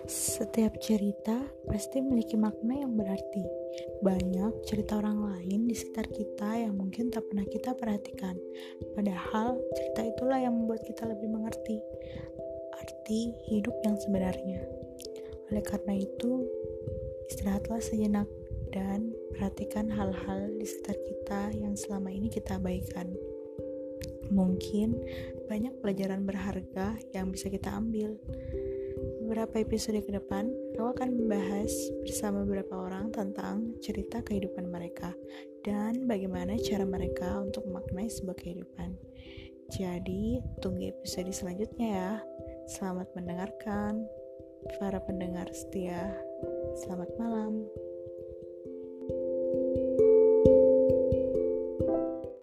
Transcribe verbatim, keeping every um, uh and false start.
Setiap cerita pasti memiliki makna yang berarti. Banyak cerita orang lain di sekitar kita yang mungkin tak pernah kita perhatikan. Padahal cerita itulah yang membuat kita lebih mengerti arti hidup yang sebenarnya. Oleh karena itu, istirahatlah sejenak dan perhatikan hal-hal di sekitar kita yang selama ini kita abaikan. Mungkin banyak pelajaran berharga yang bisa kita ambil. Beberapa episode ke depan, aku akan membahas bersama beberapa orang tentang cerita kehidupan mereka dan bagaimana cara mereka untuk memaknai sebuah kehidupan. Jadi, tunggu episode selanjutnya ya. Selamat mendengarkan, para pendengar setia. Selamat malam.